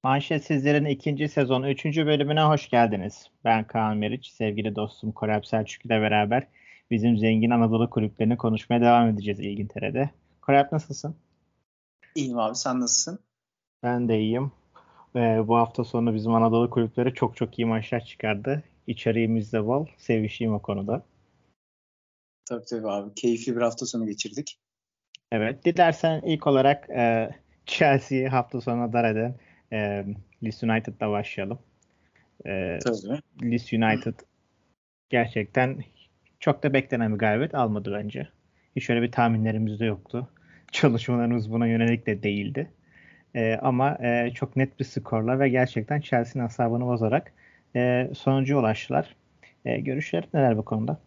Manşet Sizler'in ikinci sezon üçüncü bölümüne hoş geldiniz. Ben Kaan Meriç, sevgili dostum Korap Selçuk ile beraber bizim zengin Anadolu kulüplerini konuşmaya devam edeceğiz İngiltere'de. Korap nasılsın? İyiyim abi, sen nasılsın? Ben de iyiyim. Bu hafta sonu bizim Anadolu kulüpleri çok çok iyi maçlar çıkardı. İçeriğimiz de bol. Sevişeyim o konuda. Tabii abi. Keyifli bir hafta sonu geçirdik. Evet, dilersen ilk olarak Chelsea'yi hafta sonuna dar eden Leeds United'la başlayalım. Tabii. Leeds United gerçekten çok da beklenen bir galibiyet almadı bence. Hiç öyle bir tahminlerimiz de yoktu. Çalışmalarımız buna yönelik de değildi. Ama çok net bir skorla ve gerçekten Chelsea'nin asabını bozarak sonuca ulaştılar. Görüşlerin neler bu konuda?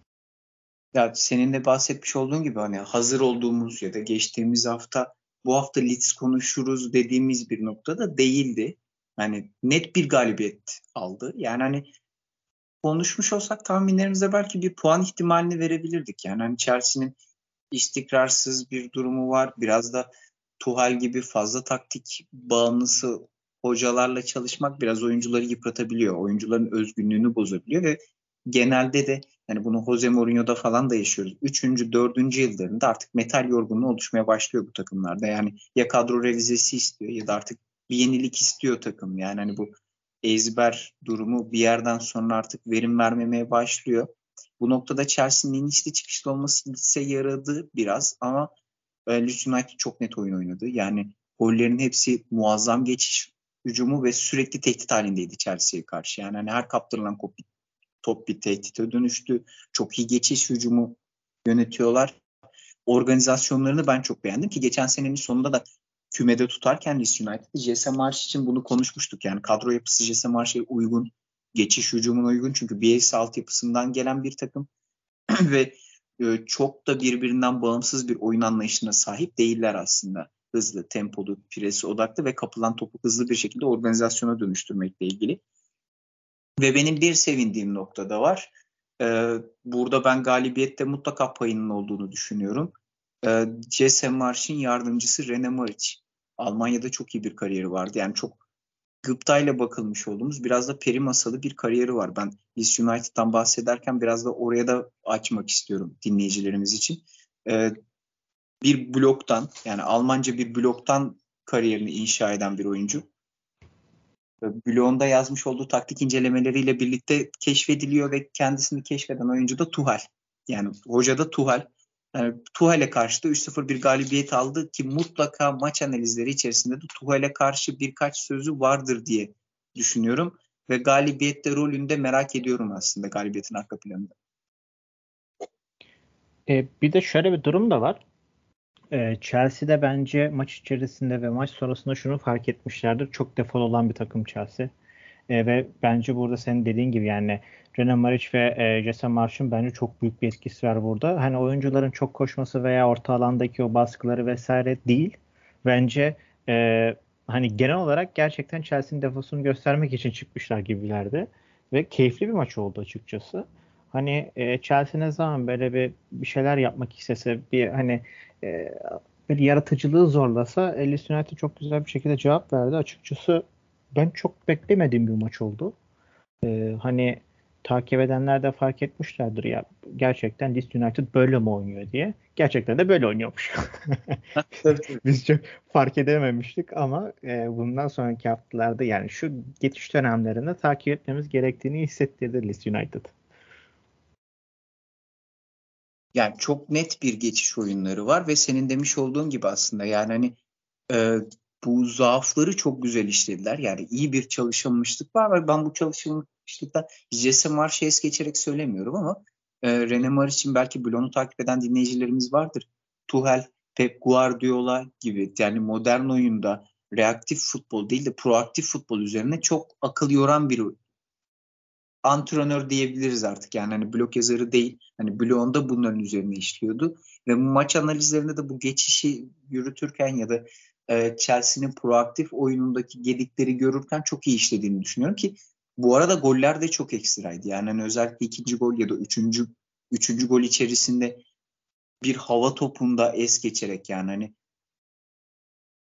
Ya senin de bahsetmiş olduğun gibi hani hazır olduğumuz ya da geçtiğimiz hafta bu hafta Leeds konuşuruz dediğimiz bir noktada değildi. Yani net bir galibiyet aldı. Yani hani konuşmuş olsak tahminlerimize belki bir puan ihtimalini verebilirdik. Yani hani Chelsea'nin istikrarsız bir durumu var. Biraz da Tuchel gibi fazla taktik bağımlısı hocalarla çalışmak biraz oyuncuları yıpratabiliyor. Oyuncuların özgünlüğünü bozabiliyor ve genelde de yani bunu Jose Mourinho'da falan da yaşıyoruz. Üçüncü, dördüncü yıllarında artık metal yorgunluğu oluşmaya başlıyor bu takımlarda. Yani ya kadro revizesi istiyor ya da artık bir yenilik istiyor takım. Yani hani bu ezber durumu bir yerden sonra artık verim vermemeye başlıyor. Bu noktada Chelsea'nin inişli çıkışlı olması ise yaradı biraz ama Leeds United çok net oyun oynadı. Yani gollerin hepsi muazzam geçiş hücumu ve sürekli tehdit halindeydi Chelsea'ye karşı. Yani hani her kaptırılan top bir tehdite dönüştü. Çok iyi geçiş hücumu yönetiyorlar. Organizasyonlarını ben çok beğendim ki geçen senenin sonunda da kümede tutarken Leeds United Jesse Marsch için bunu konuşmuştuk. Yani kadro yapısı Jesse Marsch'e uygun, geçiş hücumuna uygun çünkü Bielsa altyapısından gelen bir takım ve çok da birbirinden bağımsız bir oyun anlayışına sahip değiller aslında. Hızlı, tempolu, presi odaklı ve kapılan topu hızlı bir şekilde organizasyona dönüştürmekle ilgili. Ve benim bir sevindiğim nokta da var. Burada ben galibiyette mutlaka payının olduğunu düşünüyorum. Jesse Marsch'in yardımcısı Rene Maric. Almanya'da çok iyi bir kariyeri vardı. Yani çok gıptayla bakılmış olduğumuz biraz da peri masalı bir kariyeri var. Ben Leeds United'dan bahsederken biraz da oraya da açmak istiyorum dinleyicilerimiz için. Ee, Bir bloktan yani Almanca bir bloktan kariyerini inşa eden bir oyuncu. Blogunda yazmış olduğu taktik incelemeleriyle birlikte keşfediliyor ve kendisini keşfeden oyuncu da Tuchel. Yani hoca da Tuchel. Yani Tuchel'e karşı da 3-0 bir galibiyet aldı ki mutlaka maç analizleri içerisinde de Tuchel'e karşı birkaç sözü vardır diye düşünüyorum. Ve galibiyette rolünde merak ediyorum aslında galibiyetin arka planında. Bir de şöyle bir durum da var. Chelsea'de bence maç içerisinde ve maç sonrasında şunu fark etmişlerdir. Çok defol olan bir takım Chelsea. Ve bence burada senin dediğin gibi yani Renan Maric ve Jesse Marsch'ın bence çok büyük bir etkisi var burada. Hani oyuncuların çok koşması veya orta alandaki o baskıları vesaire değil. Bence hani genel olarak gerçekten Chelsea'nin defosunu göstermek için çıkmışlar gibilerdi. Ve keyifli bir maç oldu açıkçası. Hani Chelsea ne zaman böyle bir şeyler yapmak istese bir hani e, bir yaratıcılığı zorlasa Leeds United çok güzel bir şekilde cevap verdi. Açıkçası ben çok beklemediğim bir maç oldu. Hani takip edenler de fark etmişlerdir ya gerçekten Leeds United böyle mi oynuyor diye. Gerçekten de böyle oynuyormuş. Tabii, tabii. Biz çok fark edememiştik ama bundan sonraki haftalarda yani şu geçiş dönemlerinde takip etmemiz gerektiğini hissettirdi Leeds United. Yani çok net bir geçiş oyunları var ve senin demiş olduğun gibi aslında yani hani e, bu zaafları çok güzel işlediler. Yani iyi bir çalışılmışlık var ve ben bu çalışılmışlıkta Jesse Marş'ı es geçerek söylemiyorum ama Rene Mar için belki Blon'u takip eden dinleyicilerimiz vardır. Tuchel, Pep Guardiola gibi yani modern oyunda reaktif futbol değil de proaktif futbol üzerine çok akıl yoran bir antrenör diyebiliriz artık. Yani hani blog yazarı değil. Hani blogunda bunların üzerine işliyordu. Ve maç analizlerinde de bu geçişi yürütürken ya da Chelsea'nin proaktif oyunundaki gedikleri görürken çok iyi işlediğini düşünüyorum ki bu arada goller de çok ekstraydı. Yani hani özellikle ikinci gol ya da üçüncü gol içerisinde bir hava topunda es geçerek yani hani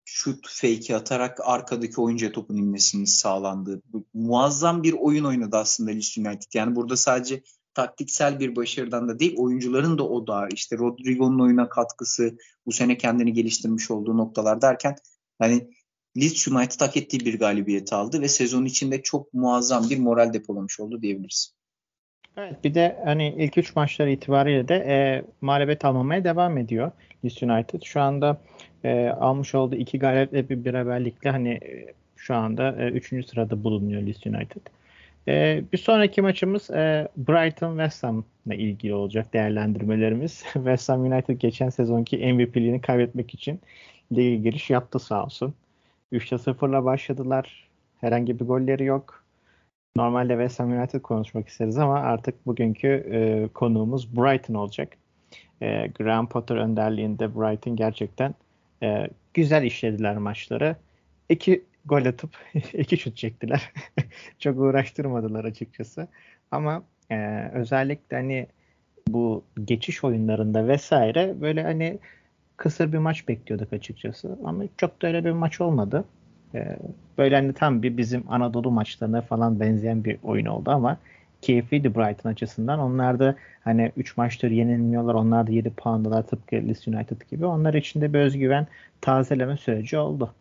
şut fake'i atarak arkadaki oyuncuya topun inmesinin sağlandığı muazzam bir oyun oynadı aslında Leeds United. Yani burada sadece taktiksel bir başarıdan da değil, oyuncuların da odağı, işte Rodrigo'nun oyuna katkısı, bu sene kendini geliştirmiş olduğu noktalar derken hani Leeds United hak ettiği bir galibiyet aldı ve sezon içinde çok muazzam bir moral depolamış oldu diyebiliriz. Evet, bir de hani ilk 3 maçları itibariyle de mağlubiyet almamaya devam ediyor Leeds United. Şu anda almış olduğu 2 galibiyetle bir beraberlikle hani şu anda 3. sırada bulunuyor Leeds United. Bir sonraki maçımız Brighton West Ham'la ilgili olacak değerlendirmelerimiz. West Ham United geçen sezonki MVP'liğini kaybetmek için lige giriş yaptı sağ olsun. 3'te 0'la başladılar. Herhangi bir golleri yok. Normalde West Ham United konuşmak isteriz ama artık bugünkü konuğumuz Brighton olacak. Graham Potter önderliğinde Brighton gerçekten güzel işlediler maçları. 2 gol atıp 2 şut çektiler. Çok uğraştırmadılar açıkçası. Ama özellikle hani bu geçiş oyunlarında vesaire böyle hani kısır bir maç bekliyorduk açıkçası. Ama çok da öyle bir maç olmadı. Ee, Böyle hani tam bir bizim Anadolu maçlarına falan benzeyen bir oyun oldu ama keyifliydi Brighton açısından. Onlar da hani 3 maçtır yenilmiyorlar. Onlar da 7 puandalar tıpkı Leeds United gibi. Onlar için de bir özgüven tazeleme süreci oldu.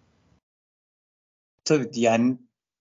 Tabii yani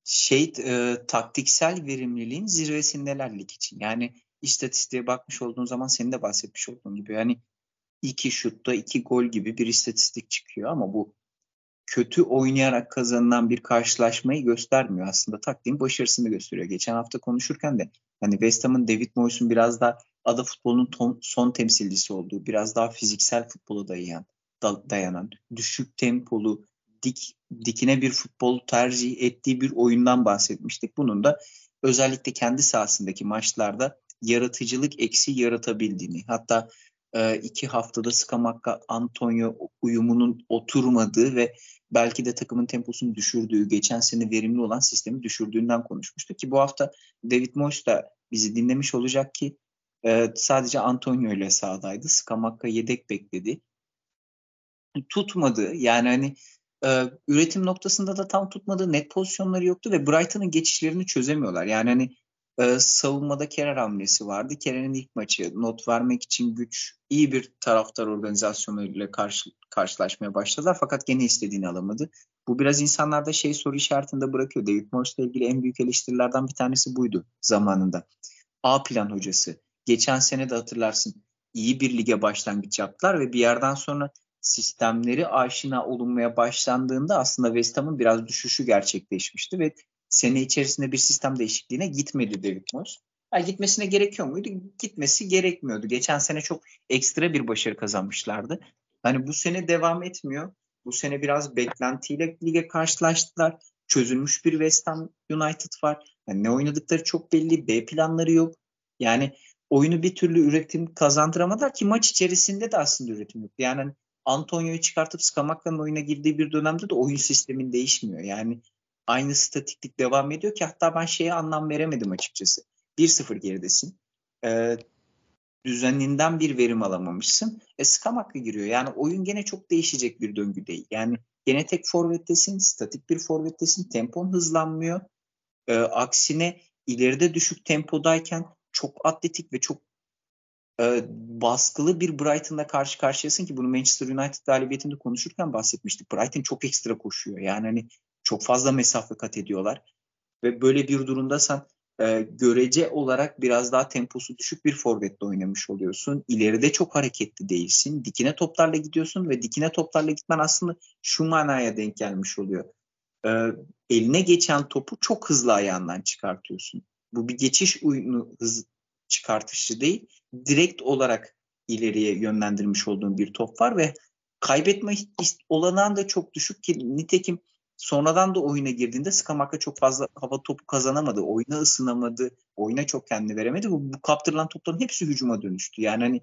taktiksel verimliliğin zirvesindeler lig için. Yani istatistiğe bakmış olduğun zaman senin de bahsetmiş olduğun gibi yani 2 şutta 2 gol gibi bir istatistik çıkıyor ama bu kötü oynayarak kazanılan bir karşılaşmayı göstermiyor. Aslında taktiğin başarısını gösteriyor. Geçen hafta konuşurken de hani West Ham'ın David Moyes'un biraz daha ada futbolunun son temsilcisi olduğu, biraz daha fiziksel futbola dayanan, düşük tempolu, dikine bir futbol tercih ettiği bir oyundan bahsetmiştik. Bunun da özellikle kendi sahasındaki maçlarda yaratıcılık eksi yaratabildiğini, hatta 2 haftada Scamacca Antonio uyumunun oturmadığı ve belki de takımın temposunu düşürdüğü, geçen sene verimli olan sistemi düşürdüğünden konuşmuştuk ki bu hafta David Moyes da bizi dinlemiş olacak ki sadece Antonio ile sahadaydı. Scamacca yedek bekledi. Tutmadı. Yani hani üretim noktasında da tam tutmadı. Net pozisyonları yoktu ve Brighton'ın geçişlerini çözemiyorlar. Yani hani savunmada Kerrer hamlesi vardı. Kerer'in ilk maçı not vermek için iyi bir taraftar organizasyonuyla karşılaşmaya başladılar. Fakat gene istediğini alamadı. Bu biraz insanlarda soru işaretinde bırakıyor. David Moyes'la ilgili en büyük eleştirilerden bir tanesi buydu zamanında. A plan hocası. Geçen sene de hatırlarsın iyi bir lige başlangıç yaptılar ve bir yerden sonra sistemleri aşina olunmaya başlandığında aslında West Ham'ın biraz düşüşü gerçekleşmişti ve sene içerisinde bir sistem değişikliğine gitmedi David Moyes. Gitmesine gerekiyor muydu? Gitmesi gerekmiyordu. Geçen sene çok ekstra bir başarı kazanmışlardı. Hani bu sene devam etmiyor. Bu sene biraz beklentiyle lige karşılaştılar. Çözülmüş bir West Ham United var. Yani ne oynadıkları çok belli. B planları yok. Yani oyunu bir türlü üretim kazandıramadılar ki maç içerisinde de aslında üretim yok. Yani Antonio'yu çıkartıp Scamacca'nın oyuna girdiği bir dönemde de oyun sistemin değişmiyor. Yani aynı statiklik devam ediyor ki hatta ben anlam veremedim açıkçası. 1-0 geridesin. Düzeninden bir verim alamamışsın. Scamacca giriyor. Yani oyun gene çok değişecek bir döngü değil. Yani gene tek forvettesin, statik bir forvettesin, tempon hızlanmıyor. Aksine ileride düşük tempodayken çok atletik ve çok baskılı bir Brighton'la karşı karşıyasın ki bunu Manchester United galibiyetinde konuşurken bahsetmiştik. Brighton çok ekstra koşuyor. Yani hani çok fazla mesafe kat ediyorlar. Ve böyle bir durumda sen görece olarak biraz daha temposu düşük bir forvetle oynamış oluyorsun. İleride çok hareketli değilsin. Dikine toplarla gidiyorsun ve dikine toplarla gitmen aslında şu manaya denk gelmiş oluyor. E, Eline geçen topu çok hızlı ayağından çıkartıyorsun. Bu bir geçiş oyunu çıkartışı değil. Direkt olarak ileriye yönlendirmiş olduğun bir top var ve kaybetme olanağın da çok düşük ki nitekim sonradan da oyuna girdiğinde Scamacca çok fazla hava topu kazanamadı. Oyuna ısınamadı. Oyuna çok kendini veremedi. Bu kaptırılan topların hepsi hücuma dönüştü. Yani hani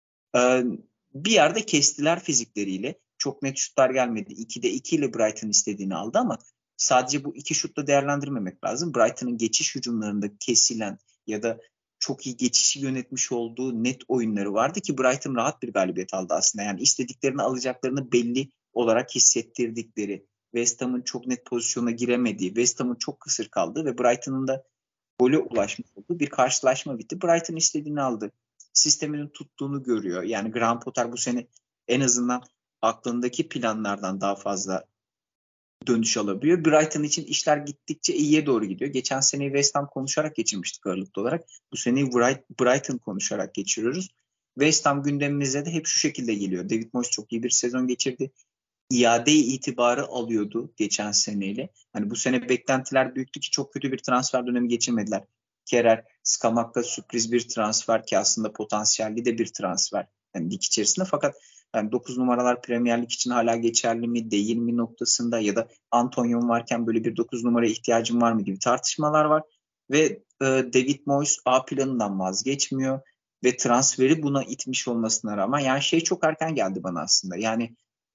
bir yerde kestiler fizikleriyle. Çok net şutlar gelmedi. 2'de 2 ile Brighton istediğini aldı ama sadece bu 2 şutla değerlendirmemek lazım. Brighton'ın geçiş hücumlarında kesilen ya da çok iyi geçişi yönetmiş olduğu net oyunları vardı ki Brighton rahat bir galibiyet aldı aslında. Yani istediklerini alacaklarını belli olarak hissettirdikleri, West Ham'ın çok net pozisyona giremediği, West Ham'ın çok kısır kaldığı ve Brighton'ın da gole ulaşmış olduğu bir karşılaşma bitti. Brighton istediğini aldı. Sisteminin tuttuğunu görüyor. Yani Graham Potter bu sene en azından aklındaki planlardan daha fazla dönüş alabiliyor. Brighton için işler gittikçe iyiye doğru gidiyor. Geçen seneyi West Ham konuşarak geçirmiştik ağırlıklı olarak. Bu seneyi Brighton konuşarak geçiriyoruz. West Ham gündemimize de hep şu şekilde geliyor. David Moyes çok iyi bir sezon geçirdi. İade itibarı alıyordu geçen seneyle. Hani bu sene beklentiler büyüktü ki çok kötü bir transfer dönemi geçirmediler. Kerrer, Scamacca sürpriz bir transfer ki aslında potansiyelli de bir transfer. Yani lig içerisinde fakat yani 9 numaralar Premier Lig için hala geçerli mi değil mi noktasında ya da Antonio varken böyle bir 9 numaraya ihtiyacım var mı gibi tartışmalar var. Ve David Moyes A planından vazgeçmiyor ve transferi buna itmiş olmasına rağmen yani şey çok erken geldi bana aslında. Yani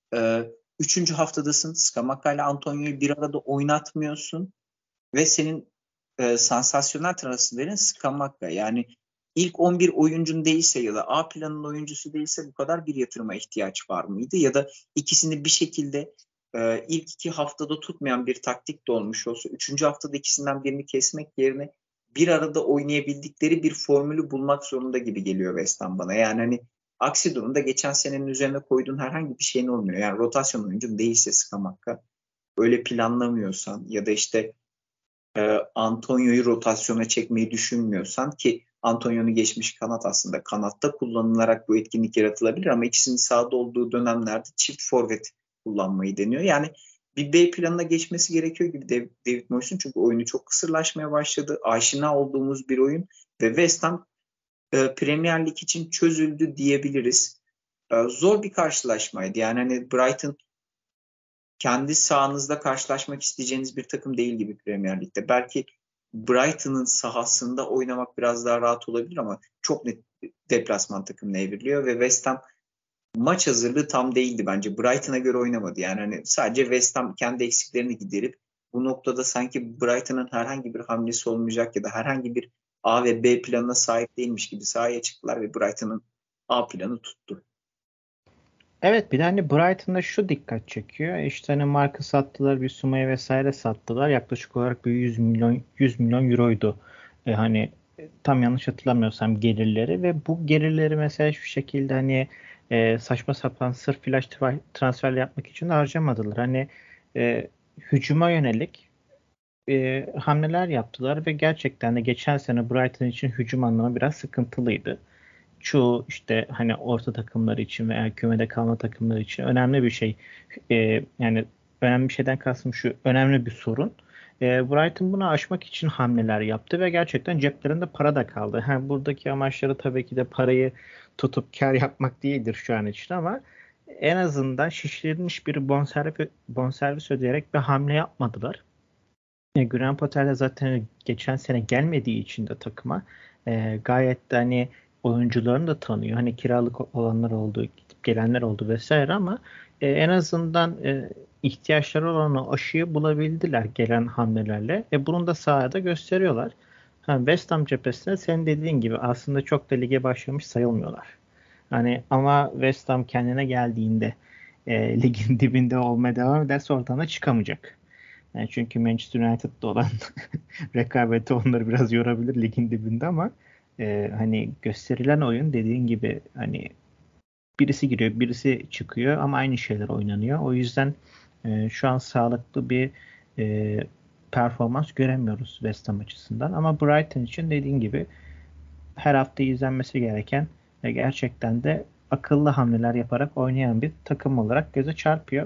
3. haftadasın. Scamacca ile Antonio'yu bir arada oynatmıyorsun ve senin sansasyonel transferin Scamacca. Yani ilk 11 oyuncun değilse ya da A planın oyuncusu değilse bu kadar bir yatırıma ihtiyaç var mıydı? Ya da ikisini bir şekilde ilk 2 haftada tutmayan bir taktik de olmuş olsa 3. haftada ikisinden birini kesmek yerine bir arada oynayabildikleri bir formülü bulmak zorunda gibi geliyor West Ham bana. Yani hani aksi durumda geçen senenin üzerine koyduğun herhangi bir şeyin olmuyor. Yani rotasyon oyuncun değilse Scamacca öyle planlamıyorsan ya da işte Antonio'yu rotasyona çekmeyi düşünmüyorsan ki Antonio'nu geçmiş kanat aslında kanatta kullanılarak bu etkinlik yaratılabilir ama ikisinin sahada olduğu dönemlerde çift forvet kullanmayı deniyor. Yani bir B planına geçmesi gerekiyor gibi David Moyes'un çünkü oyunu çok kısırlaşmaya başladı. Aşina olduğumuz bir oyun ve West Ham Premier Lig için çözüldü diyebiliriz. Zor bir karşılaşmaydı. Yani hani Brighton kendi sahanızda karşılaşmak isteyeceğiniz bir takım değil gibi Premier Lig'de. Belki Brighton'ın sahasında oynamak biraz daha rahat olabilir ama çok net deplasman takımına evriliyor ve West Ham maç hazırlığı tam değildi bence. Brighton'a göre oynamadı. Yani hani sadece West Ham kendi eksiklerini giderip bu noktada sanki Brighton'ın herhangi bir hamlesi olmayacak ya da herhangi bir A ve B planına sahip değilmiş gibi sahaya çıktılar ve Brighton'ın A planı tuttu. Evet, bir de hani Brighton'da şu dikkat çekiyor. İşte hani Marcus sattılar, bir Suma'ya vesaire sattılar. Yaklaşık olarak bir 100 milyon euroydu. Hani tam yanlış hatırlamıyorsam gelirleri ve bu gelirleri mesela hiçbir şekilde hani saçma sapan sırf flash transfer yapmak için de harcamadılar. Hani hücuma yönelik hamleler yaptılar ve gerçekten de geçen sene Brighton için hücum anlamı biraz sıkıntılıydı. Çoğu işte hani orta takımları için veya kümede kalma takımları için önemli bir şey. Yani önemli bir şeyden kastım şu, önemli bir sorun. Brighton bunu aşmak için hamleler yaptı ve gerçekten ceplerinde para da kaldı. Ha, buradaki amaçları tabii ki de parayı tutup kar yapmak değildir şu an için ama en azından şişirilmiş bir bonservis ödeyerek bir hamle yapmadılar. Graham Potter de zaten geçen sene gelmediği için de takıma gayet de hani oyuncularını da tanıyor. Hani kiralık olanlar oldu, gidip gelenler oldu vesaire ama en azından ihtiyaçları olan o aşıyı bulabildiler gelen hamlelerle. Bunu da sahada gösteriyorlar. Ha, West Ham cephesinde senin dediğin gibi aslında çok da lige başlamış sayılmıyorlar. Hani ama West Ham kendine geldiğinde ligin dibinde olmaya devam ederse oradan da çıkamayacak. Yani çünkü Manchester United'da olan rekabeti onları biraz yorabilir ligin dibinde ama hani gösterilen oyun dediğin gibi hani birisi giriyor, birisi çıkıyor ama aynı şeyler oynanıyor. O yüzden şu an sağlıklı bir e, performans göremiyoruz West Ham açısından. Ama Brighton için dediğin gibi her hafta izlenmesi gereken ve gerçekten de akıllı hamleler yaparak oynayan bir takım olarak göze çarpıyor.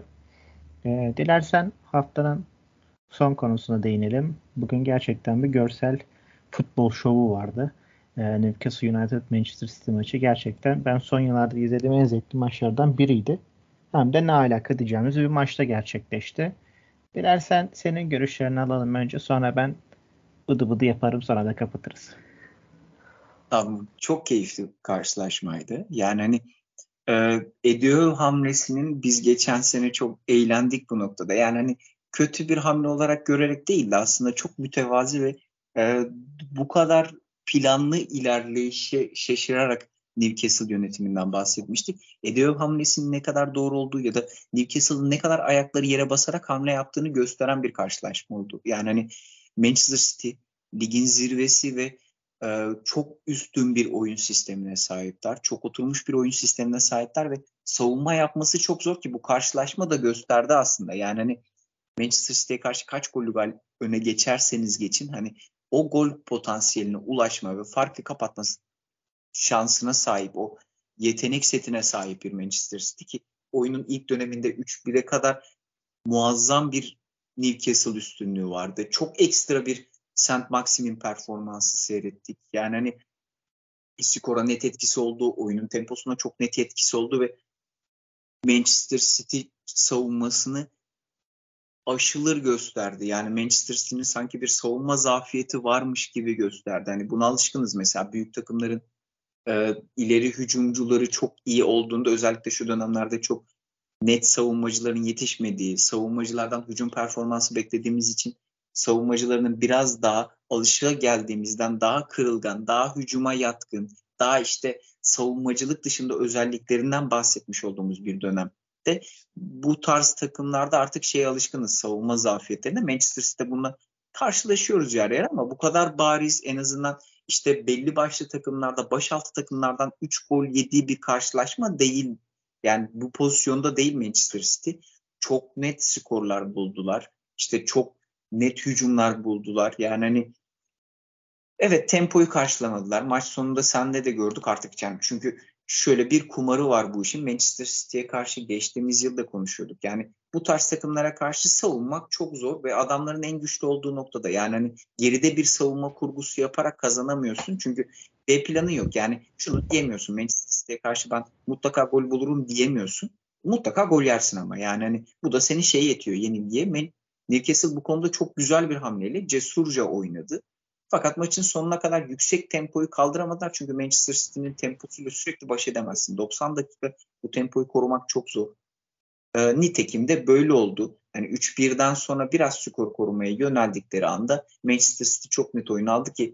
Dilersen haftanın son konusuna değinelim. Bugün gerçekten bir görsel futbol şovu vardı. Newcastle United Manchester City maçı gerçekten ben son yıllarda izlediğim en zevkli maçlardan biriydi. Hem de ne alaka diyeceğimiz bir maçta gerçekleşti. Dilersen senin görüşlerini alalım önce sonra ben bıdı bıdı yaparım sonra da kapatırız. Tamam, çok keyifli karşılaşmaydı. Yani hani Edio hamlesinin biz geçen sene çok eğlendik bu noktada. Yani hani kötü bir hamle olarak görerek değil de aslında çok mütevazi ve bu kadar planlı ilerleyişe şaşırarak Newcastle yönetiminden bahsetmiştik. Eddie hamlesinin ne kadar doğru olduğu ya da Newcastle'ın ne kadar ayakları yere basarak hamle yaptığını gösteren bir karşılaşma oldu. Yani hani Manchester City ligin zirvesi ve çok üstün bir oyun sistemine sahipler. Çok oturmuş bir oyun sistemine sahipler ve savunma yapması çok zor ki bu karşılaşma da gösterdi aslında. Yani hani Manchester City'ye karşı kaç gollü öne geçerseniz geçin hani o gol potansiyeline ulaşma ve farklı kapatma şansına sahip, o yetenek setine sahip bir Manchester City ki oyunun ilk döneminde 3-1'e kadar muazzam bir Newcastle üstünlüğü vardı. Çok ekstra bir Saint Maximin performansı seyrettik. Yani hani skora net etkisi oldu, oyunun temposuna çok net etkisi oldu ve Manchester City savunmasını aşılır gösterdi. Yani Manchester City'nin sanki bir savunma zafiyeti varmış gibi gösterdi. Hani buna alışkınız mesela büyük takımların ileri hücumcuları çok iyi olduğunda özellikle şu dönemlerde çok net savunmacıların yetişmediği, savunmacılardan hücum performansı beklediğimiz için savunmacılarının biraz daha alışılageldiğimizden daha kırılgan, daha hücuma yatkın, daha işte savunmacılık dışında özelliklerinden bahsetmiş olduğumuz bir dönemde bu tarz takımlarda artık şeye alışkınız, savunma zafiyetlerine. Manchester City'de bununla karşılaşıyoruz yer yer ama bu kadar bariz, en azından işte belli başlı takımlarda, başaltı takımlardan 3 gol yediği bir karşılaşma değil. Yani bu pozisyonda değil Manchester City. Çok net skorlar buldular. İşte çok net hücumlar buldular. Yani hani evet, tempoyu karşılamadılar. Maç sonunda sende de gördük artık yani. Çünkü şöyle bir kumarı var bu işin. Manchester City'ye karşı geçtiğimiz yılda konuşuyorduk. Yani bu tarz takımlara karşı savunmak çok zor ve adamların en güçlü olduğu noktada. Yani hani geride bir savunma kurgusu yaparak kazanamıyorsun. Çünkü B planı yok. Yani şunu diyemiyorsun. Manchester City'ye karşı ben mutlaka gol bulurum diyemiyorsun. Mutlaka gol yersin ama. Yani hani bu da senin şeye yetiyor, yenilgiye. Newcastle bu konuda çok güzel bir hamleyle cesurca oynadı. Fakat maçın sonuna kadar yüksek tempoyu kaldıramadılar. Çünkü Manchester City'nin temposuyla sürekli baş edemezsin. 90 dakika bu tempoyu korumak çok zor. Nitekim de böyle oldu. Yani 3-1'den sonra biraz skor korumaya yöneldikleri anda Manchester City çok net oyun aldı ki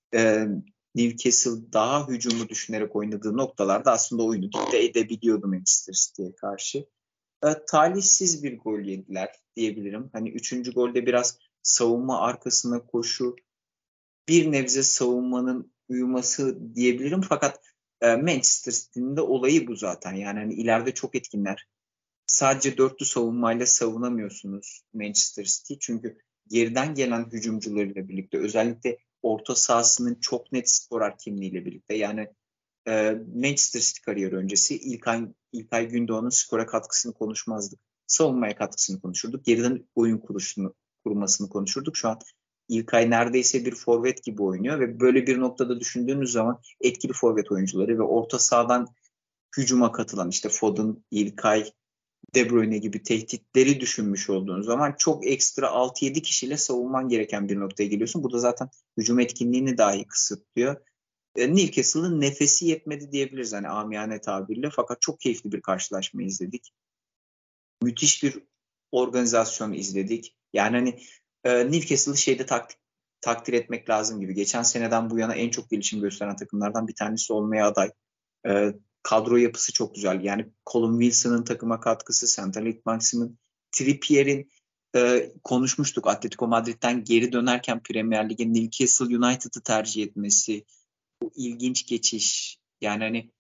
Newcastle daha hücumu düşünerek oynadığı noktalarda aslında oyunu dikte edebiliyordu Manchester City'ye karşı. Talihsiz bir gol yediler diyebilirim. Hani 3. golde biraz savunma arkasına koşu, bir nebze savunmanın uyuması diyebilirim. Fakat Manchester City'nin de olayı bu zaten. Yani hani ileride çok etkinler. Sadece dörtlü savunmayla savunamıyorsunuz Manchester City. Çünkü geriden gelen hücumcularıyla birlikte, özellikle orta sahasının çok net skorer kimliğiyle birlikte. Yani Manchester City kariyeri öncesi İlkay Gündoğan'ın skora katkısını konuşmazdık. Savunmaya katkısını konuşurduk. Geriden oyun kurmasını konuşurduk. Şu an İlkay neredeyse bir forvet gibi oynuyor ve böyle bir noktada düşündüğünüz zaman etkili forvet oyuncuları ve orta sahadan hücuma katılan işte Foden, İlkay, De Bruyne gibi tehditleri düşünmüş olduğunuz zaman çok ekstra 6-7 kişiyle savunman gereken bir noktaya geliyorsun. Bu da zaten hücum etkinliğini dahi kısıtlıyor. Newcastle'ın nefesi yetmedi diyebiliriz hani amiyane tabirle. Fakat çok keyifli bir karşılaşma izledik. Müthiş bir organizasyon izledik. Yani hani Newcastle'ı takdir etmek lazım gibi. Geçen seneden bu yana en çok gelişim gösteren takımlardan bir tanesi olmaya aday. Kadro yapısı çok güzel. Yani Callum Wilson'ın takıma katkısı, Saint Maximin, Trippier'in konuşmuştuk. Atletico Madrid'den geri dönerken Premier Lig'e Newcastle United'ı tercih etmesi. Bu ilginç geçiş. Yani hani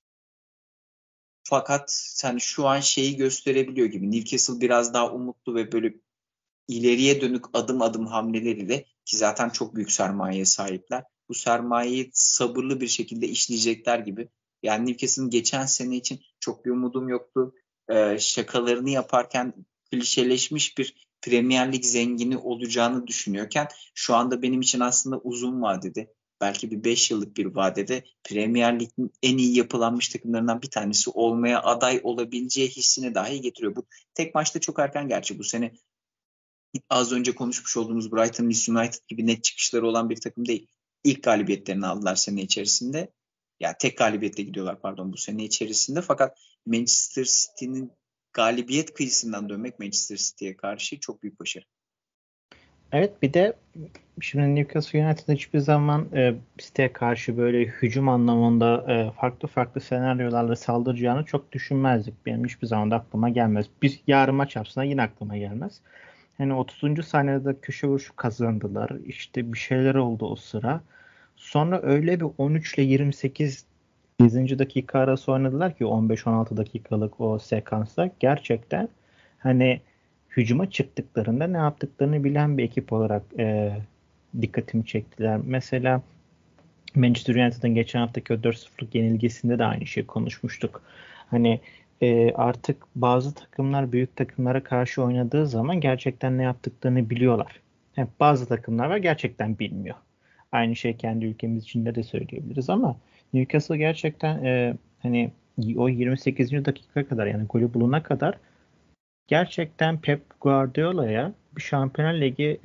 fakat hani şu an şeyi gösterebiliyor gibi. Newcastle biraz daha umutlu ve böyle ileriye dönük adım adım hamleleriyle, ki zaten çok büyük sermayeye sahipler, bu sermayeyi sabırlı bir şekilde işleyecekler gibi. Yani Newcastle'ın geçen sene için çok bir umudum yoktu. Şakalarını yaparken klişeleşmiş bir Premier Lig zengini olacağını düşünüyorken şu anda benim için aslında uzun vadede, belki bir 5 yıllık bir vadede Premier Lig'in en iyi yapılanmış takımlarından bir tanesi olmaya aday olabileceği hissini dahi getiriyor. Bu tek maçta çok erken, gerçi bu sene az önce konuşmuş olduğumuz Brighton Leeds United gibi net çıkışları olan bir takım değil. İlk galibiyetlerini aldılar sene içerisinde. Ya tek galibiyetle gidiyorlar pardon bu sene içerisinde. Fakat Manchester City'nin galibiyet kıyısından dönmek Manchester City'ye karşı çok büyük başarı. Evet, bir de şimdi Newcastle United hiçbir zaman City'ye karşı böyle hücum anlamında farklı farklı senaryolarla saldıracağını çok düşünmezdik. Benim hiçbir zaman da aklıma gelmez. Bir yarın maç yapsına yine aklıma gelmez. Hani 30. saniyede köşe vuruşu kazandılar. İşte bir şeyler oldu o sıra. Sonra öyle bir 13 ile 28 dakika arası oynadılar ki 15-16 dakikalık o sekansta gerçekten hani hücuma çıktıklarında ne yaptıklarını bilen bir ekip olarak dikkatimi çektiler. Mesela Manchester United'ın geçen haftaki o 4-0'lık yenilgisinde de aynı şeyi konuşmuştuk. Hani artık bazı takımlar büyük takımlara karşı oynadığı zaman gerçekten ne yaptıklarını biliyorlar. Bazı takımlar var gerçekten bilmiyor. Aynı şey kendi ülkemiz içinde de söyleyebiliriz ama Newcastle gerçekten hani o 28. dakika kadar yani golü bulana kadar gerçekten Pep Guardiola'ya bir Şampiyonlar Ligi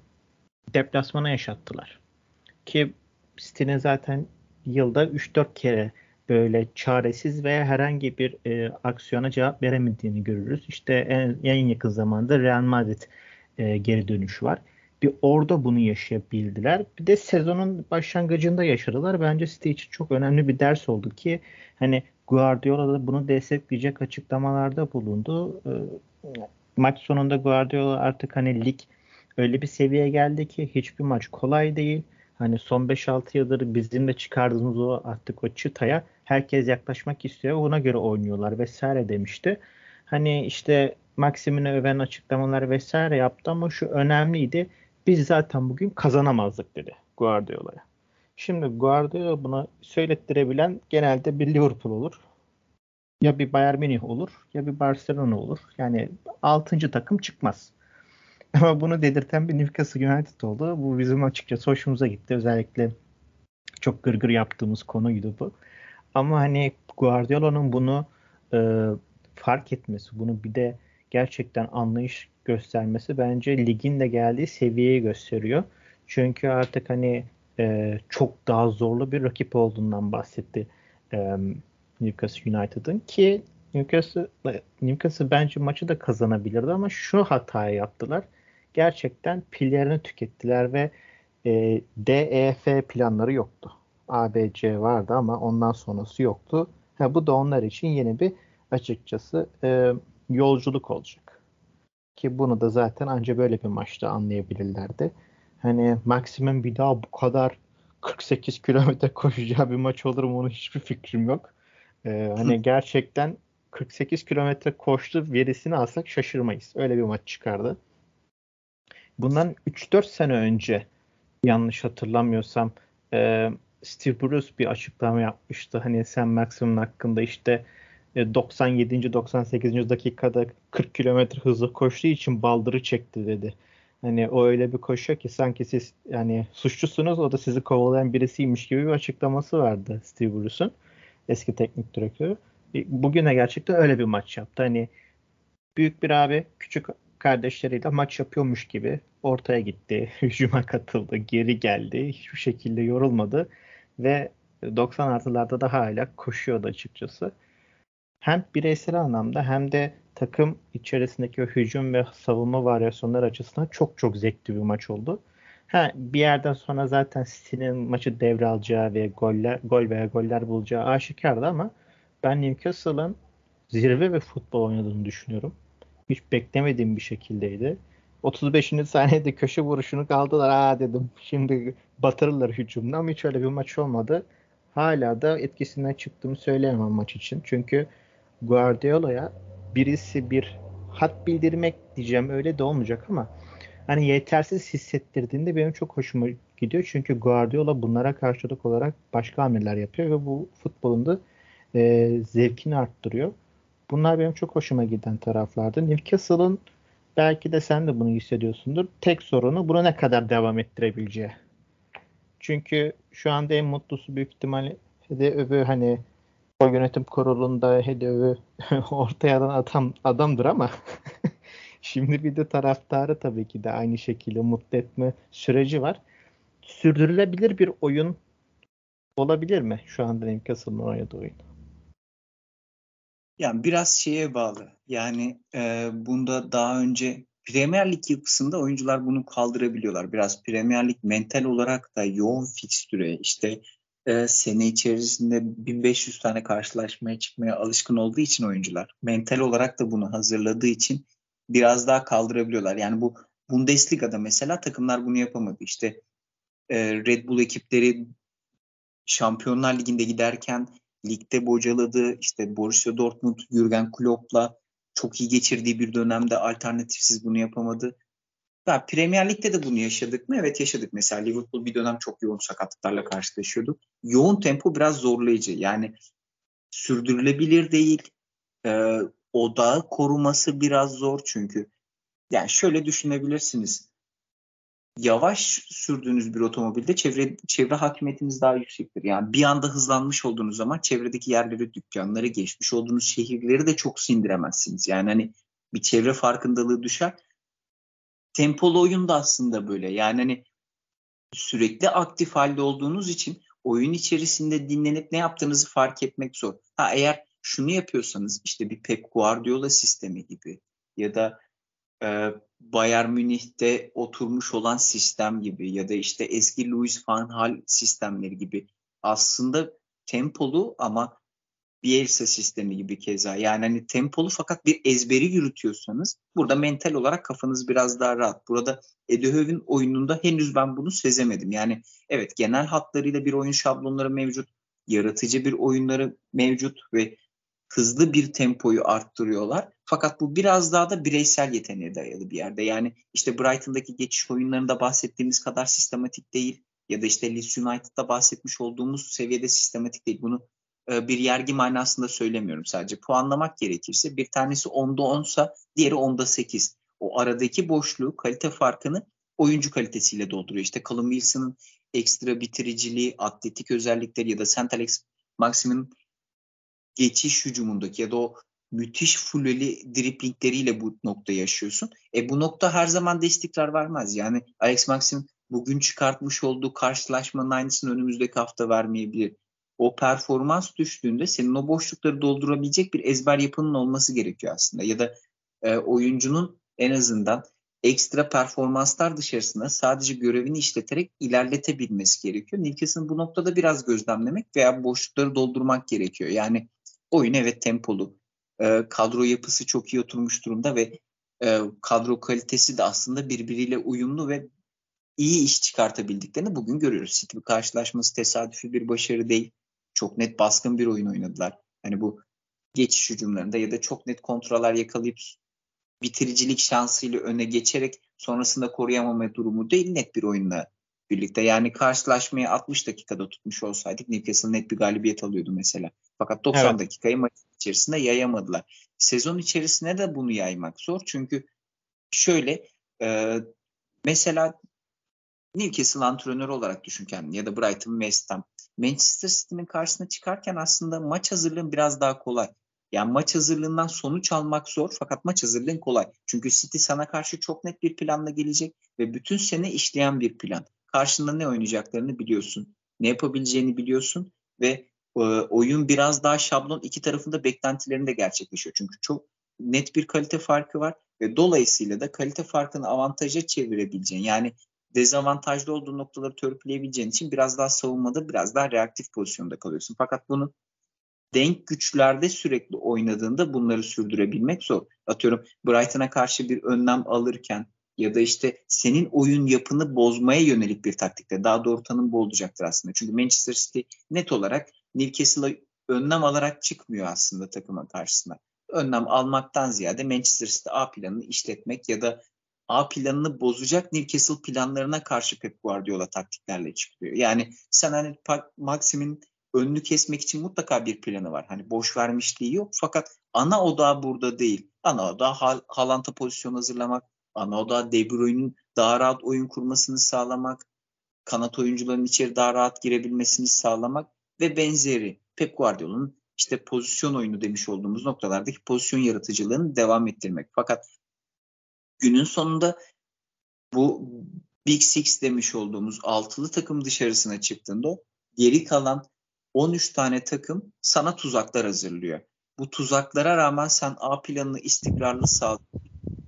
deplasmana yaşattılar. Ki City'nin zaten yılda 3-4 kere böyle çaresiz veya herhangi bir aksiyona cevap veremediğini görürüz. İşte en yakın zamanda Real Madrid geri dönüşü var. Bir orada bunu yaşayabildiler. Bir de sezonun başlangıcında yaşadılar. Bence City için çok önemli bir ders oldu ki hani Guardiola da bunu destekleyecek açıklamalarda bulundu. Maç sonunda Guardiola artık hani lig öyle bir seviyeye geldi ki hiçbir maç kolay değil. Hani son 5-6 yıldır bizim de çıkardığımız o artık o çıtaya herkes yaklaşmak istiyor. Ona göre oynuyorlar vesaire demişti. Hani işte Maxim'ini öven açıklamalar vesaire yaptı ama şu önemliydi. Biz zaten bugün kazanamazdık dedi Guardiola'ya. Şimdi Guardiola buna söylettirebilen genelde bir Liverpool olur. Ya bir Bayern Münih olur ya bir Barcelona olur. Yani 6. takım çıkmaz. Ama bunu dedirten bir Newcastle United oldu. Bu bizim açıkçası hoşumuza gitti. Özellikle çok gırgır yaptığımız konuydu bu. Ama hani Guardiola'nın bunu e, fark etmesi, bunu bir de gerçekten anlayış göstermesi bence ligin de geldiği seviyeyi gösteriyor. Çünkü artık hani çok daha zorlu bir rakip olduğundan bahsetti e, Newcastle United'ın ki Newcastle bence maçı da kazanabilirdi ama şu hatayı yaptılar. Gerçekten pillerini tükettiler ve DEF planları yoktu. ABC vardı ama ondan sonrası yoktu. Bu da onlar için yeni bir açıkçası yolculuk olacak. Ki bunu da zaten anca böyle bir maçta anlayabilirlerdi. Hani maksimum bir daha bu kadar 48 kilometre koşacağı bir maç olur mu onun hiçbir fikrim yok. Hani gerçekten 48 kilometre koştu verisini alsak şaşırmayız. Öyle bir maç çıkardı. Bundan 3-4 sene önce yanlış hatırlamıyorsam Steve Bruce bir açıklama yapmıştı. Hani Sam Maxim'in hakkında işte 97. 98. dakikada 40 kilometre hızla koştuğu için baldırı çekti dedi. Hani o öyle bir koşuyor ki sanki siz yani suçlusunuz o da sizi kovalayan birisiymiş gibi bir açıklaması vardı Steve Bruce'un eski teknik direktörü. Bugüne gerçekten öyle bir maç yaptı. Hani büyük bir abi küçük kardeşleriyle maç yapıyormuş gibi ortaya gitti. Hücuma katıldı. Geri geldi. Hiçbir şekilde yorulmadı. Ve 90 artılarda da hala koşuyordu açıkçası. Hem bireysel anlamda hem de takım içerisindeki o hücum ve savunma varyasyonları açısından çok çok zevkli bir maç oldu. Bir yerden sonra zaten City'nin maçı devralacağı ve gol veya goller bulacağı aşikardı ama ben Newcastle'ın zirve ve futbol oynadığını düşünüyorum. Hiç beklemediğim bir şekildeydi. 35. saniyede köşe vuruşunu kaldılar. Dedim şimdi batırırlar hücumda ama hiç öyle bir maç olmadı. Hala da etkisinden çıktığımı söyleyemem maç için. Çünkü Guardiola'ya birisi bir hat bildirmek diyeceğim öyle de olmayacak ama hani yetersiz hissettirdiğinde benim çok hoşuma gidiyor. Çünkü Guardiola bunlara karşılık olarak başka hamleler yapıyor ve bu futbolun da zevkini arttırıyor. Bunlar benim çok hoşuma giden taraflardı. Newcastle'ın belki de sen de bunu hissediyorsundur. Tek sorunu bunu ne kadar devam ettirebileceği. Çünkü şu anda en mutlusu büyük ihtimalle öbür hani o yönetim kurulunda hedefi ortaya adamdır ama şimdi bir de taraftarı tabii ki de aynı şekilde mutlu etme süreci var. Sürdürülebilir bir oyun olabilir mi şu anda Newcastle'ın oynadığı oyun? Yani biraz şeye bağlı. Yani bunda daha önce Premier Lig yapısında oyuncular bunu kaldırabiliyorlar. Biraz Premier Lig mental olarak da yoğun fikstüre, işte sene içerisinde 1500 tane karşılaşmaya çıkmaya alışkın olduğu için oyuncular mental olarak da bunu hazırladığı için biraz daha kaldırabiliyorlar. Yani bu Bundesliga'da mesela takımlar bunu yapamadı. İşte Red Bull ekipleri Şampiyonlar Ligi'nde giderken ligde bocaladı. İşte Borussia Dortmund Jürgen Klopp'la çok iyi geçirdiği bir dönemde alternatifsiz bunu yapamadı. Ya Premier Lig'de de bunu yaşadık mı? Evet yaşadık. Mesela Liverpool bir dönem çok yoğun sakatlıklarla karşılaşıyordu. Yoğun tempo biraz zorlayıcı. Yani sürdürülebilir değil. Odağı koruması biraz zor çünkü. Yani şöyle düşünebilirsiniz. Yavaş sürdüğünüz bir otomobilde çevre hakimiyetiniz daha yüksektir. Yani bir anda hızlanmış olduğunuz zaman çevredeki yerleri, dükkanları, geçmiş olduğunuz şehirleri de çok sindiremezsiniz. Yani hani bir çevre farkındalığı düşer. Tempolu oyun da aslında böyle. Yani hani sürekli aktif halde olduğunuz için oyun içerisinde dinlenip ne yaptığınızı fark etmek zor. Ha eğer şunu yapıyorsanız işte bir Pep Guardiola sistemi gibi ya da Bayern Münih'te oturmuş olan sistem gibi ya da işte eski Louis van Gaal sistemleri gibi aslında tempolu ama Bielsa sistemi gibi keza. Yani hani tempolu fakat bir ezberi yürütüyorsanız burada mental olarak kafanız biraz daha rahat. Burada Eddie oyununda henüz ben bunu sezemedim. Yani evet genel hatlarıyla bir oyun şablonları mevcut. Yaratıcı bir oyunları mevcut ve hızlı bir tempoyu arttırıyorlar. Fakat bu biraz daha da bireysel yeteneğe dayalı bir yerde. Yani işte Brighton'daki geçiş oyunlarında bahsettiğimiz kadar sistematik değil. Ya da işte Leeds United'da bahsetmiş olduğumuz seviyede sistematik değil. Bunu bir yergi manasında söylemiyorum sadece. Puanlamak gerekirse bir tanesi 10'da 10'sa diğeri 10'da 8. O aradaki boşluğu, kalite farkını oyuncu kalitesiyle dolduruyor. İşte Callum Wilson'ın ekstra bitiriciliği, atletik özellikleri ya da St. Alex Maximin'in geçiş hücumundaki ya da o müthiş fulleli driplingleriyle bu noktayı yaşıyorsun. Bu nokta her zaman da istikrar vermez. Yani Alex Maxim bugün çıkartmış olduğu karşılaşmanın aynısını önümüzdeki hafta vermeyebilir. O performans düştüğünde senin o boşlukları doldurabilecek bir ezber yapının olması gerekiyor aslında. Ya da oyuncunun en azından ekstra performanslar dışarısında sadece görevini işleterek ilerletebilmesi gerekiyor. Newcastle'ın bu noktada biraz gözlemlemek veya boşlukları doldurmak gerekiyor. Yani oyun evet tempolu. Kadro yapısı çok iyi oturmuş durumda ve kadro kalitesi de aslında birbiriyle uyumlu ve iyi iş çıkartabildiklerini bugün görüyoruz. City karşılaşması tesadüfi bir başarı değil. Çok net baskın bir oyun oynadılar. Hani bu geçiş hücumlarında ya da çok net kontroller yakalayıp bitiricilik şansıyla öne geçerek sonrasında koruyamama durumu değil, net bir oyunla birlikte. Yani karşılaşmayı 60 dakikada tutmuş olsaydık Newcastle net bir galibiyet alıyordu mesela. Fakat 90 Evet. dakikayı maç içerisinde yayamadılar. Sezon içerisinde de bunu yaymak zor. Çünkü şöyle mesela Newcastle antrenörü olarak düşün kendini ya da Brighton, West Ham. Manchester City'nin karşısına çıkarken aslında maç hazırlığın biraz daha kolay. Yani maç hazırlığından sonuç almak zor fakat maç hazırlığın kolay. Çünkü City sana karşı çok net bir planla gelecek ve bütün sene işleyen bir plan. Karşında ne oynayacaklarını biliyorsun. Ne yapabileceğini biliyorsun ve oyun biraz daha şablon, iki tarafında beklentilerinde gerçekleşiyor. Çünkü çok net bir kalite farkı var ve dolayısıyla da kalite farkını avantaja çevirebileceğin yani dezavantajlı olduğu noktaları törpüleyebileceğin için biraz daha savunmada biraz daha reaktif pozisyonda kalıyorsun. Fakat bunu denk güçlerde sürekli oynadığında bunları sürdürebilmek zor. Atıyorum Brighton'a karşı bir önlem alırken ya da işte senin oyun yapını bozmaya yönelik bir taktikte daha doğru tanım bu olacaktır aslında. Çünkü Manchester City net olarak Newcastle'a önlem alarak çıkmıyor aslında takıma karşısına. Önlem almaktan ziyade Manchester City A planını işletmek ya da A planını bozacak Newcastle planlarına karşı Pep Guardiola taktiklerle çıkıyor. Yani sen hani Maxim'in önünü kesmek için mutlaka bir planı var. Hani boş vermişliği yok. Fakat ana odağı burada değil. Ana odağı Haaland'a pozisyon hazırlamak. Ana odağı De Bruyne'nin daha rahat oyun kurmasını sağlamak. Kanat oyuncuların içeri daha rahat girebilmesini sağlamak ve benzeri. Pep Guardiola'nın işte pozisyon oyunu demiş olduğumuz noktalardaki pozisyon yaratıcılığını devam ettirmek. Fakat günün sonunda bu Big Six demiş olduğumuz altılı takım dışarısına çıktığında geri kalan 13 tane takım sana tuzaklar hazırlıyor. Bu tuzaklara rağmen sen A planını istikrarlı sağlayıp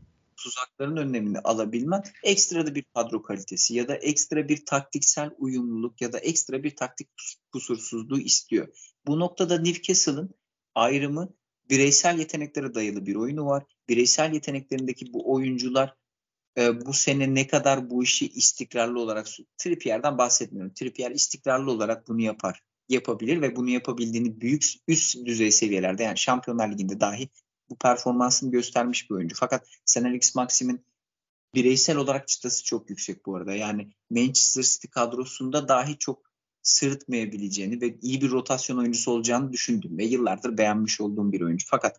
tuzakların önlemini alabilmen ekstra da bir kadro kalitesi ya da ekstra bir taktiksel uyumluluk ya da ekstra bir taktik kusursuzluğu istiyor. Bu noktada Newcastle'ın ayrımı bireysel yeteneklere dayalı bir oyunu var. Bireysel yeteneklerindeki bu oyuncular bu sene ne kadar bu işi istikrarlı olarak, Trippier'den bahsetmiyorum. Trippier istikrarlı olarak bunu yapabilir ve bunu yapabildiğini büyük üst düzey seviyelerde, yani Şampiyonlar Ligi'nde dahi bu performansını göstermiş bir oyuncu. Fakat Sen Alex Maxim'in bireysel olarak çıtası çok yüksek bu arada. Yani Manchester City kadrosunda dahi çok sırıtmayabileceğini ve iyi bir rotasyon oyuncusu olacağını düşündüm ve yıllardır beğenmiş olduğum bir oyuncu. Fakat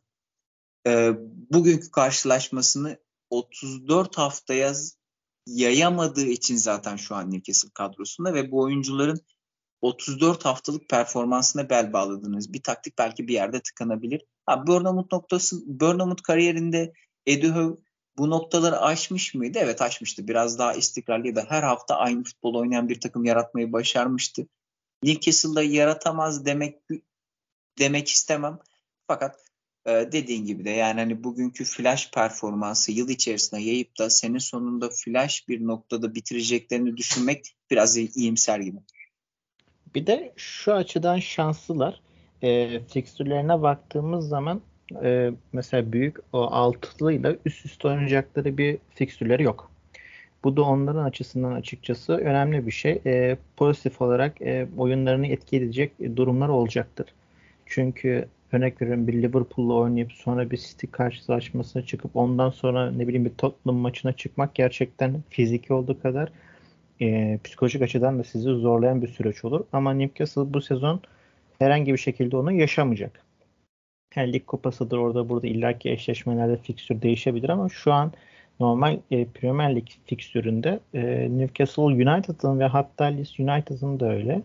bugünkü karşılaşmasını 34 haftaya yayamadığı için zaten şu an Newcastle kadrosunda ve bu oyuncuların 34 haftalık performansına bel bağladığınız bir taktik belki bir yerde tıkanabilir. Bournemouth kariyerinde Eddie Howe bu noktaları aşmış mıydı? Evet, aşmıştı. Biraz daha istikrarlıydı. Her hafta aynı futbol oynayan bir takım yaratmayı başarmıştı. Newcastle'da yaratamaz demek istemem. Fakat dediğin gibi de, yani hani bugünkü flash performansı yıl içerisinde yayıp da senin sonunda flash bir noktada bitireceklerini düşünmek biraz iyimser gibi. Bir de şu açıdan şanslılar. Fikstürlerine baktığımız zaman mesela büyük o altılıyla üst üste oynayacakları bir fikstürleri yok. Bu da onların açısından açıkçası önemli bir şey. Pozitif olarak oyunlarını etki edecek durumlar olacaktır. Çünkü örnek veriyorum, bir Liverpool'la oynayıp sonra bir City karşılaşmasına çıkıp ondan sonra ne bileyim bir Tottenham maçına çıkmak gerçekten fiziki olduğu kadar psikolojik açıdan da sizi zorlayan bir süreç olur. Ama Newcastle bu sezon herhangi bir şekilde onu yaşamayacak. Yani lig kupasıdır, orada burada illaki eşleşmelerde fikstür değişebilir ama şu an normal Premier Lig fikstüründe Newcastle United'ın ve hatta Leeds United'ın da öyle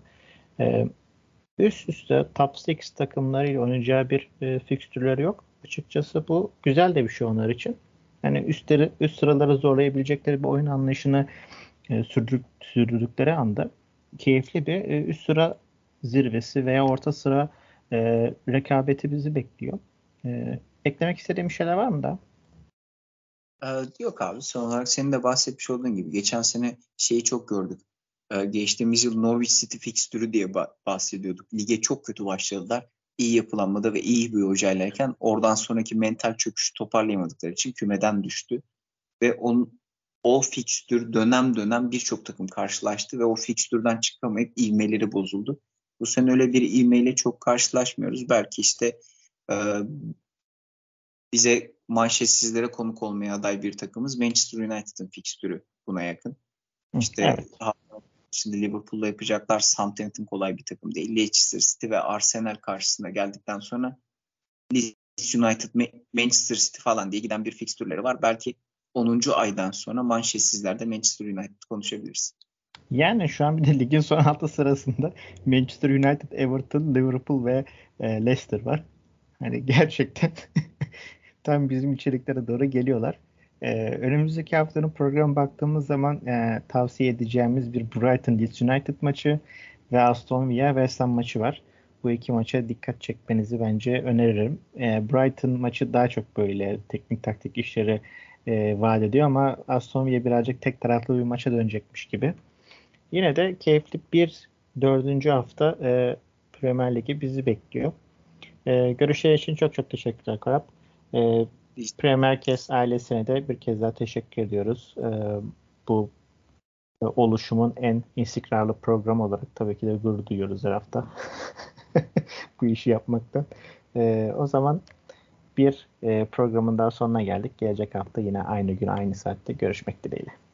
üst üste top 6 takımlarıyla oynayacağı bir fikstürleri yok. Açıkçası bu güzel de bir şey onlar için. Yani üst sıraları zorlayabilecekleri bir oyun anlayışını sürdürdükleri anda keyifli bir üst sıra zirvesi veya orta sıra rekabeti bizi bekliyor. Eklemek istediğim şeyler var mı da? Yok abi, son olarak senin de bahsetmiş olduğun gibi geçen sene şeyi çok gördük. Geçtiğimiz yıl Norwich City fikstürü diye bahsediyorduk. Lige çok kötü başladılar. İyi yapılanmada ve iyi bir hocaylayken oradan sonraki mental çöküşü toparlayamadıkları için kümeden düştü. Ve o fikstür dönem dönem birçok takım karşılaştı ve o fikstürden çıkamayıp ivmeleri bozuldu. Bu sene öyle bir ivmeyle çok karşılaşmıyoruz. Belki işte e, bize manşetsizlere konuk olmaya aday bir takımız Manchester United'ın fikstürü buna yakın. İşte Evet. şimdi Liverpool'la yapacaklar. Southampton kolay bir takım değil. Leicester City ve Arsenal karşısında geldikten sonra Leeds United, Manchester City falan diye giden bir fikstürleri var. Belki 10. aydan sonra manşetsizlerde Manchester United konuşabiliriz. Yani şu an bir de ligin son 6 sırasında Manchester United, Everton, Liverpool ve Leicester var. Hani gerçekten tam bizim içeriklere doğru geliyorlar. Önümüzdeki haftanın programı baktığımız zaman tavsiye edeceğimiz bir Brighton Leeds United maçı ve Aston Villa West Ham maçı var. Bu iki maça dikkat çekmenizi bence öneririm. Brighton maçı daha çok böyle teknik taktik işleri vaat ediyor ama Aston Villa birazcık tek taraflı bir maça dönecekmiş gibi. Yine de keyifli bir dördüncü hafta Premier Ligi bizi bekliyor. Görüşler için çok çok teşekkürler Korap. Premier Kes ailesine de bir kez daha teşekkür ediyoruz. Bu oluşumun en istikrarlı programı olarak tabii ki de gurur duyuyoruz her hafta. Bu işi yapmaktan. O zaman bir programın daha sonuna geldik. Gelecek hafta yine aynı gün aynı saatte görüşmek dileğiyle.